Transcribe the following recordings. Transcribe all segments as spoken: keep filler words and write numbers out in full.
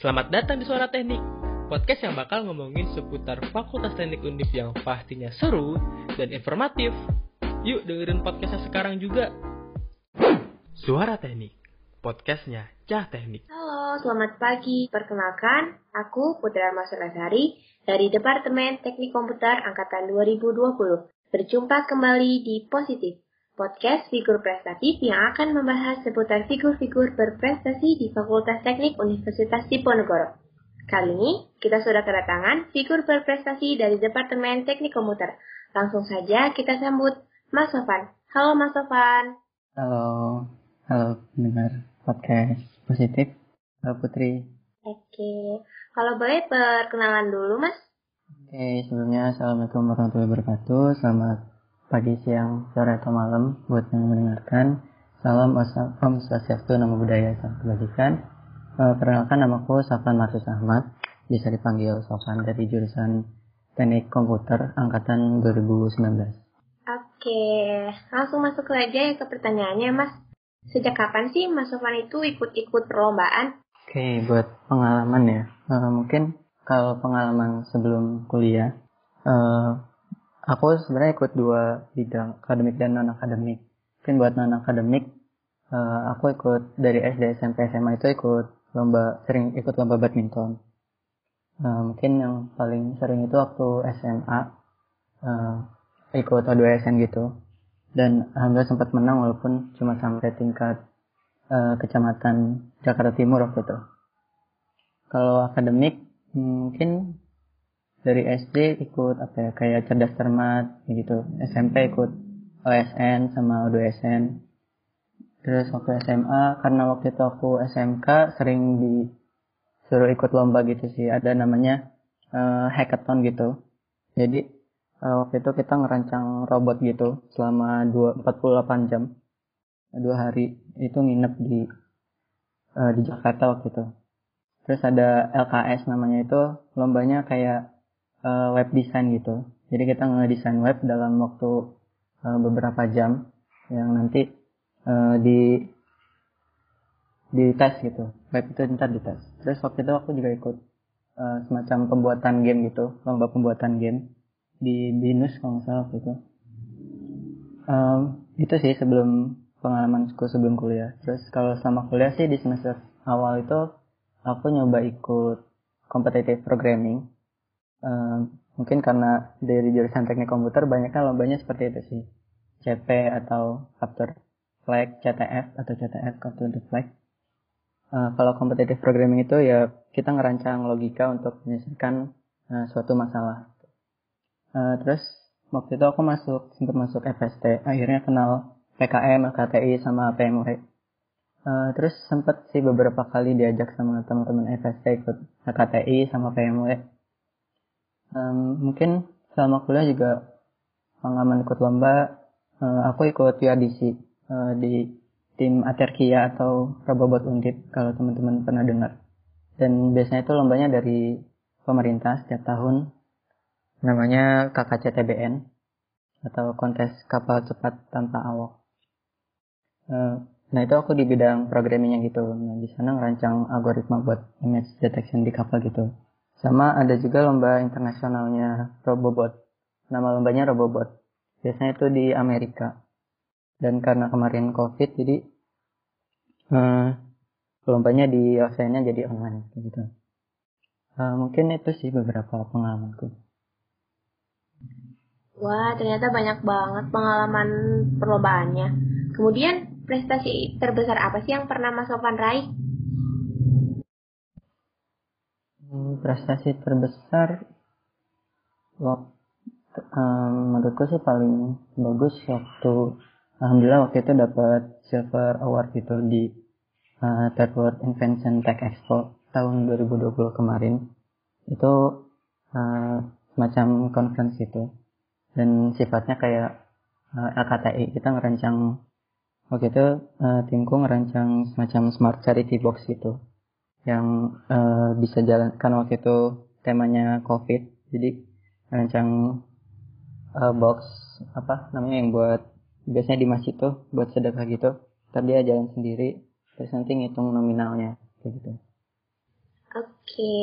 Selamat datang di Suara Teknik, podcast yang bakal ngomongin seputar Fakultas Teknik Undip yang pastinya seru dan informatif. Yuk dengerin podcastnya sekarang juga. Suara Teknik, podcastnya Cah Teknik. Halo, selamat pagi. Perkenalkan, aku Putra Masalasari dari Departemen Teknik Komputer Angkatan dua ribu dua puluh. Berjumpa kembali di Positif, podcast figur prestatif yang akan membahas seputar figur-figur berprestasi di Fakultas Teknik Universitas Diponegoro. Kali ini, kita sudah kedatangan figur berprestasi dari Departemen Teknik Komputer. Langsung saja kita sambut Mas Sofan. Halo Mas Sofan. Halo, halo pendengar podcast Positif. Halo Putri. Oke, kalau boleh perkenalan dulu Mas. Oke, sebelumnya Assalamualaikum warahmatullahi wabarakatuh. Selamat pagi, siang, sore, atau malam buat yang mendengarkan. Salam Om Swastiastu, Namo Buddhaya, Salam Kebajikan. Uh, perkenalkan, namaku Sofan Marsus Ahmad. Bisa dipanggil Sofan dari jurusan Teknik Komputer Angkatan dua ribu sembilan belas. Oke, langsung masuk aja ya ke pertanyaannya Mas. Sejak kapan sih Mas Sofan itu ikut-ikut perlombaan? Oke, buat pengalaman ya. Uh, mungkin kalau pengalaman sebelum kuliah, uh, aku sebenarnya ikut dua bidang, akademik dan non-akademik. Mungkin buat non-akademik, uh, aku ikut dari S D, S M P, S M A itu ikut lomba, sering ikut lomba badminton. Uh, mungkin yang paling sering itu waktu S M A, uh, ikut O dua S N gitu. Dan alhamdulillah sempat menang walaupun cuma sampai tingkat uh, kecamatan Jakarta Timur waktu itu. Kalau akademik, mungkin dari S D ikut apa ya, kayak cerdas cermat gitu. S M P ikut O S N sama O dua S N. Terus waktu S M A, karena waktu itu aku S M K sering disuruh ikut lomba gitu sih. Ada namanya uh, hackathon gitu. Jadi uh, waktu itu kita ngerancang robot gitu selama empat puluh delapan jam. Dua hari itu nginep di uh, di Jakarta waktu itu. Terus ada L K S namanya, itu lombanya kayak uh, web design gitu. Jadi kita ngedesain web dalam waktu uh, beberapa jam yang nanti uh, di di tes gitu. Web itu ntar di tes. Terus waktu itu aku juga ikut uh, semacam pembuatan game gitu, lomba pembuatan game di BINUS kalau nggak salah waktu itu. Um, itu sih sebelum pengalamanku sebelum kuliah. Terus kalau selama kuliah sih di semester awal itu aku nyoba ikut competitive programming. Uh, mungkin karena dari jurusan teknik komputer banyak kan lombanya seperti itu sih. C P atau Capture Flag, C T F atau C T F, Capture the Flag. Uh, kalau competitive programming itu ya kita ngerancang logika untuk menyelesaikan uh, suatu masalah. Uh, terus waktu itu aku masuk, sempat masuk F S T. Akhirnya kenal P K M, L K T I, sama P M W. Uh, terus sempat sih beberapa kali diajak sama teman-teman F S T ikut H K T I sama P M W. Um, mungkin selama kuliah juga pengalaman ikut lomba, uh, aku ikut U A D C uh, di tim Aterkia atau Robobot Undip kalau teman-teman pernah dengar. Dan biasanya itu lombanya dari pemerintah setiap tahun, namanya K K C T B N atau kontes kapal cepat tanpa awak. Uh, Nah itu aku di bidang programmingnya gitu. Nah di sana ngerancang algoritma buat image detection di kapal gitu. Sama ada juga lomba internasionalnya Robobot. Nama lombanya Robobot. Biasanya itu di Amerika. Dan karena kemarin COVID, jadi uh, lombanya di offline-nya jadi online gitu. Uh, mungkin itu sih beberapa pengalamanku. Wah, ternyata banyak banget pengalaman perlombaannya. Kemudian prestasi terbesar apa sih yang pernah Mas Sofan raih? Hmm, prestasi terbesar waktu, um, menurutku sih paling bagus waktu, alhamdulillah waktu itu dapat silver award gitu di uh, Third World Invention Tech Expo tahun dua ribu dua puluh kemarin. Itu uh, semacam conference gitu. Dan sifatnya kayak uh, L K T I, kita ngerancang waktu itu uh, timku ngerancang semacam smart charity box gitu yang uh, bisa jalan, karena waktu itu temanya COVID, jadi ngerancang uh, box apa namanya yang buat biasanya di masjid tuh buat sedekah gitu, ntar dia jalan sendiri terus nanti ngitung nominalnya kayak gitu. Oke,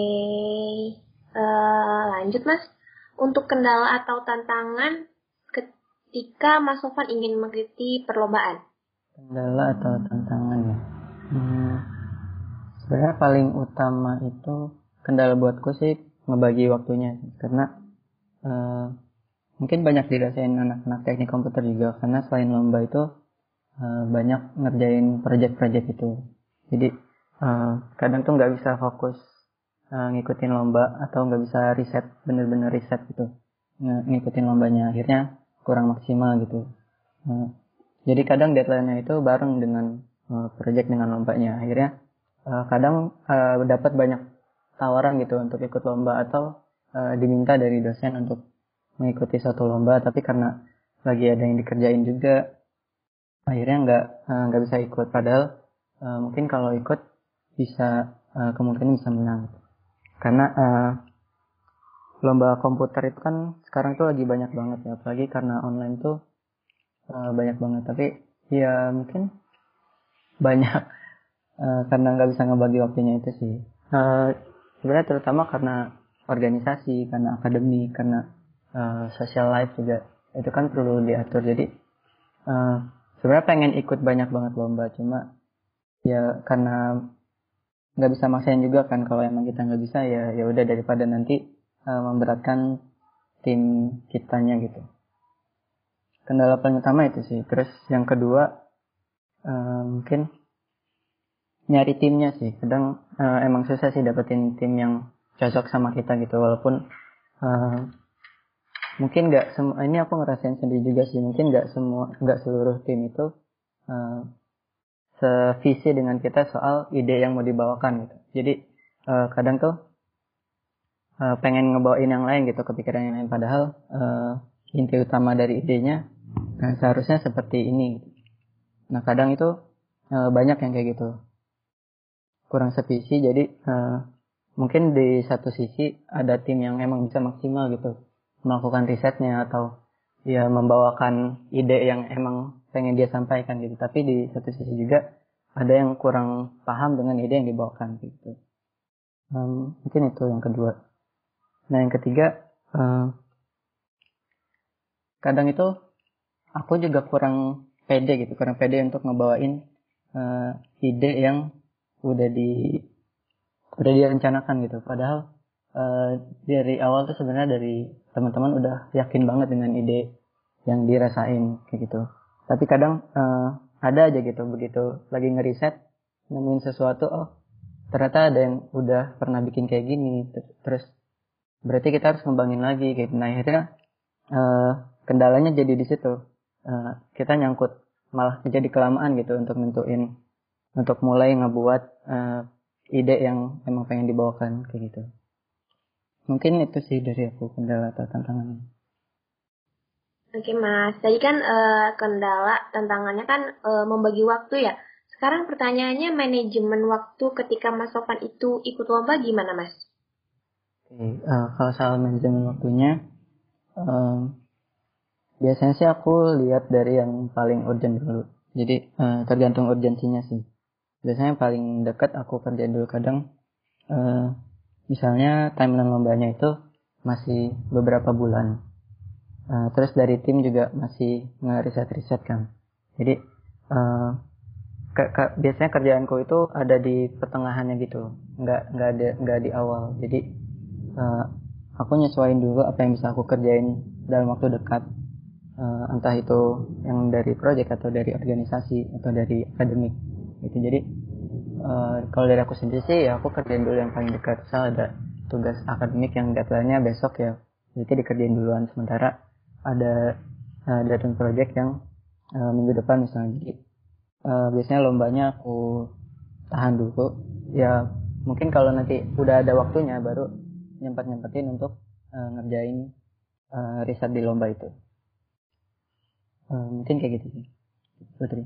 uh, lanjut Mas. Untuk kendala atau tantangan ketika Mas Sofan ingin mengikuti perlombaan. Kendala atau tantangan ya. Hmm, sebenarnya paling utama itu kendala buatku sih ngebagi waktunya, karena uh, mungkin banyak dirasain anak-anak teknik komputer juga, karena selain lomba itu uh, banyak ngerjain project-project itu. Jadi uh, kadang tuh nggak bisa fokus uh, ngikutin lomba, atau nggak bisa riset, bener-bener riset gitu, ng- ngikutin lombanya, akhirnya kurang maksimal gitu. Uh, jadi kadang deadline-nya itu bareng dengan uh, project dengan lombanya, akhirnya uh, kadang uh, dapat banyak tawaran gitu untuk ikut lomba, atau uh, diminta dari dosen untuk mengikuti suatu lomba, tapi karena lagi ada yang dikerjain juga, akhirnya nggak uh, nggak bisa ikut. Padahal uh, mungkin kalau ikut bisa uh, kemungkinan bisa menang, karena uh, lomba komputer itu kan sekarang tuh lagi banyak banget ya, apalagi karena online tuh uh, banyak banget. Tapi ya mungkin banyak uh, karena nggak bisa ngebagi waktunya itu sih. Uh, sebenarnya terutama karena organisasi, karena akademik, karena uh, social life juga itu kan perlu diatur. Jadi uh, sebenarnya pengen ikut banyak banget lomba, cuma ya karena nggak bisa maksain juga kan. Kalau emang kita nggak bisa, ya ya udah, daripada nanti uh, memberatkan tim kitanya gitu. Kendala paling utama itu sih. Terus yang kedua uh, mungkin nyari timnya sih. Kadang uh, emang susah sih dapetin tim yang cocok sama kita gitu, walaupun uh, mungkin nggak semua, ini aku ngerasain sendiri juga sih, mungkin nggak semua, nggak seluruh tim itu uh, sevisi dengan kita soal ide yang mau dibawakan gitu. Jadi uh, kadang tuh uh, pengen ngebawain yang lain gitu, kepikiran yang lain, padahal uh, inti utama dari idenya nah, seharusnya seperti ini gitu. Nah kadang itu uh, banyak yang kayak gitu, kurang sevisi. Jadi uh, mungkin di satu sisi ada tim yang emang bisa maksimal gitu melakukan risetnya, atau ya membawakan ide yang emang pengen dia sampaikan gitu, tapi di satu sisi juga ada yang kurang paham dengan ide yang dibawakan gitu. Um, mungkin itu yang kedua. Nah yang ketiga, um, kadang itu aku juga kurang pede gitu, kurang pede untuk ngebawain uh, ide yang udah di udah direncanakan gitu. Padahal uh, dari awal tuh sebenarnya dari teman-teman udah yakin banget dengan ide yang dirasain kayak gitu. Tapi kadang uh, ada aja gitu, begitu lagi ngeriset nemuin sesuatu, oh ternyata ada yang udah pernah bikin kayak gini, terus berarti kita harus ngembangin lagi kayak gitu. Nah akhirnya uh, kendalanya jadi di situ, uh, kita nyangkut malah jadi kelamaan gitu untuk nentuin, untuk mulai ngebuat uh, ide yang emang pengen dibawakan kayak gitu. Mungkin itu sih dari aku, kendala atau tantangannya. Oke Mas, tadi kan uh, kendala tantangannya kan uh, membagi waktu ya. Sekarang pertanyaannya manajemen waktu ketika Mas Sofan itu ikut lomba gimana Mas? Oke, uh, kalau soal manajemen waktunya, um, biasanya sih aku lihat dari yang paling urgent dulu. Jadi uh, tergantung urgensinya sih. Biasanya yang paling dekat aku kerjain dulu. Kadang uh, misalnya timeline lombanya itu masih beberapa bulan. Uh, terus dari tim juga masih ngeriset-riset kan. Jadi uh, ke- ke- biasanya kerjaanku itu ada di pertengahannya gitu, nggak nggak ada nggak di awal. Jadi uh, aku nyesuaiin dulu apa yang bisa aku kerjain dalam waktu dekat, uh, entah itu yang dari project atau dari organisasi atau dari akademik gitu. Jadi uh, kalau dari aku sendiri sih ya aku kerjain dulu yang paling dekat. Misal ada tugas akademik yang deadline-nya besok ya, jadi dikerjain duluan. Sementara ada uh, deadline project yang uh, minggu depan misalnya. Jadi uh, biasanya lombanya aku tahan dulu. Ya mungkin kalau nanti udah ada waktunya baru nyempet-nyempetin untuk uh, ngerjain uh, riset di lomba itu. Uh, mungkin kayak gitu sih, Putri.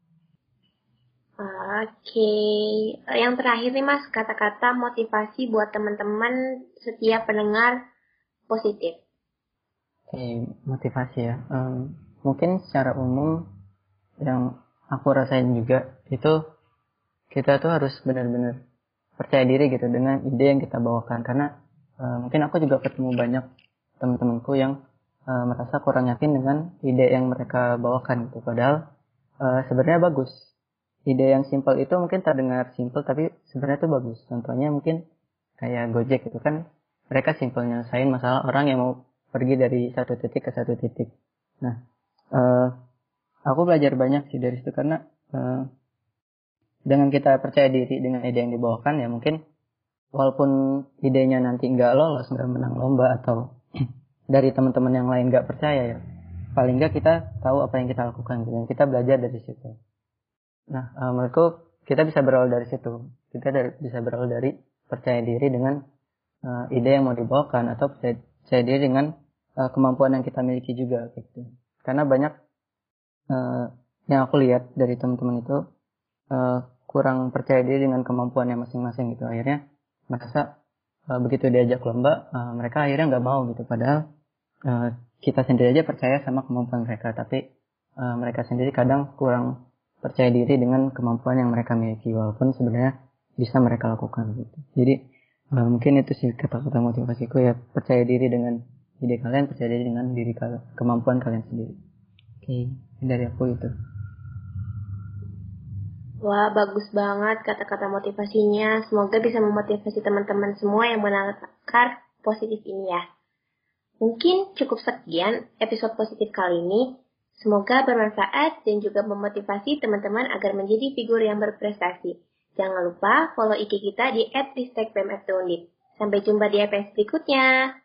Oke, yang terakhir nih Mas, kata-kata motivasi buat teman-teman setiap pendengar positif. Oke, motivasi ya. Um, mungkin secara umum yang aku rasain juga itu, kita tuh harus benar-benar percaya diri gitu dengan ide yang kita bawakan. Karena uh, mungkin aku juga ketemu banyak teman-temanku yang uh, merasa kurang yakin dengan ide yang mereka bawakan gitu. Padahal uh, sebenarnya bagus. Ide yang simpel itu mungkin terdengar simpel tapi sebenarnya itu bagus. Contohnya mungkin kayak Gojek itu kan mereka simpel nyelesain masalah orang yang mau pergi dari satu titik ke satu titik. Nah, uh, aku belajar banyak sih dari situ karena uh, dengan kita percaya diri dengan ide yang dibawakan ya mungkin walaupun idenya nanti nggak lolos, nggak menang lomba atau dari teman-teman yang lain nggak percaya ya, paling nggak kita tahu apa yang kita lakukan dan kita belajar dari situ. Nah, uh, menurutku kita bisa berawal dari situ. Kita dari, bisa berawal dari percaya diri dengan uh, ide yang mau dibawakan atau percaya, percaya diri dengan uh, kemampuan yang kita miliki juga gitu. Karena banyak uh, yang aku lihat dari teman-teman itu uh, kurang percaya diri dengan kemampuannya masing-masing gitu. Akhirnya merasa uh, begitu diajak lomba uh, mereka akhirnya nggak mau gitu. Padahal uh, kita sendiri aja percaya sama kemampuan mereka, tapi uh, mereka sendiri kadang kurang percaya diri dengan kemampuan yang mereka miliki walaupun sebenarnya bisa mereka lakukan gitu. Jadi uh, mungkin itu sih kata-kata motivasiku ya, percaya diri dengan ide kalian, percaya diri dengan diri kalian, kemampuan kalian sendiri. Oke, okay, dari aku itu. Wah, bagus banget kata-kata motivasinya. Semoga bisa memotivasi teman-teman semua yang menakar positif ini ya. Mungkin cukup sekian episode positif kali ini. Semoga bermanfaat dan juga memotivasi teman-teman agar menjadi figur yang berprestasi. Jangan lupa follow I G kita di et ristek bem ef undip. Sampai jumpa di episode berikutnya.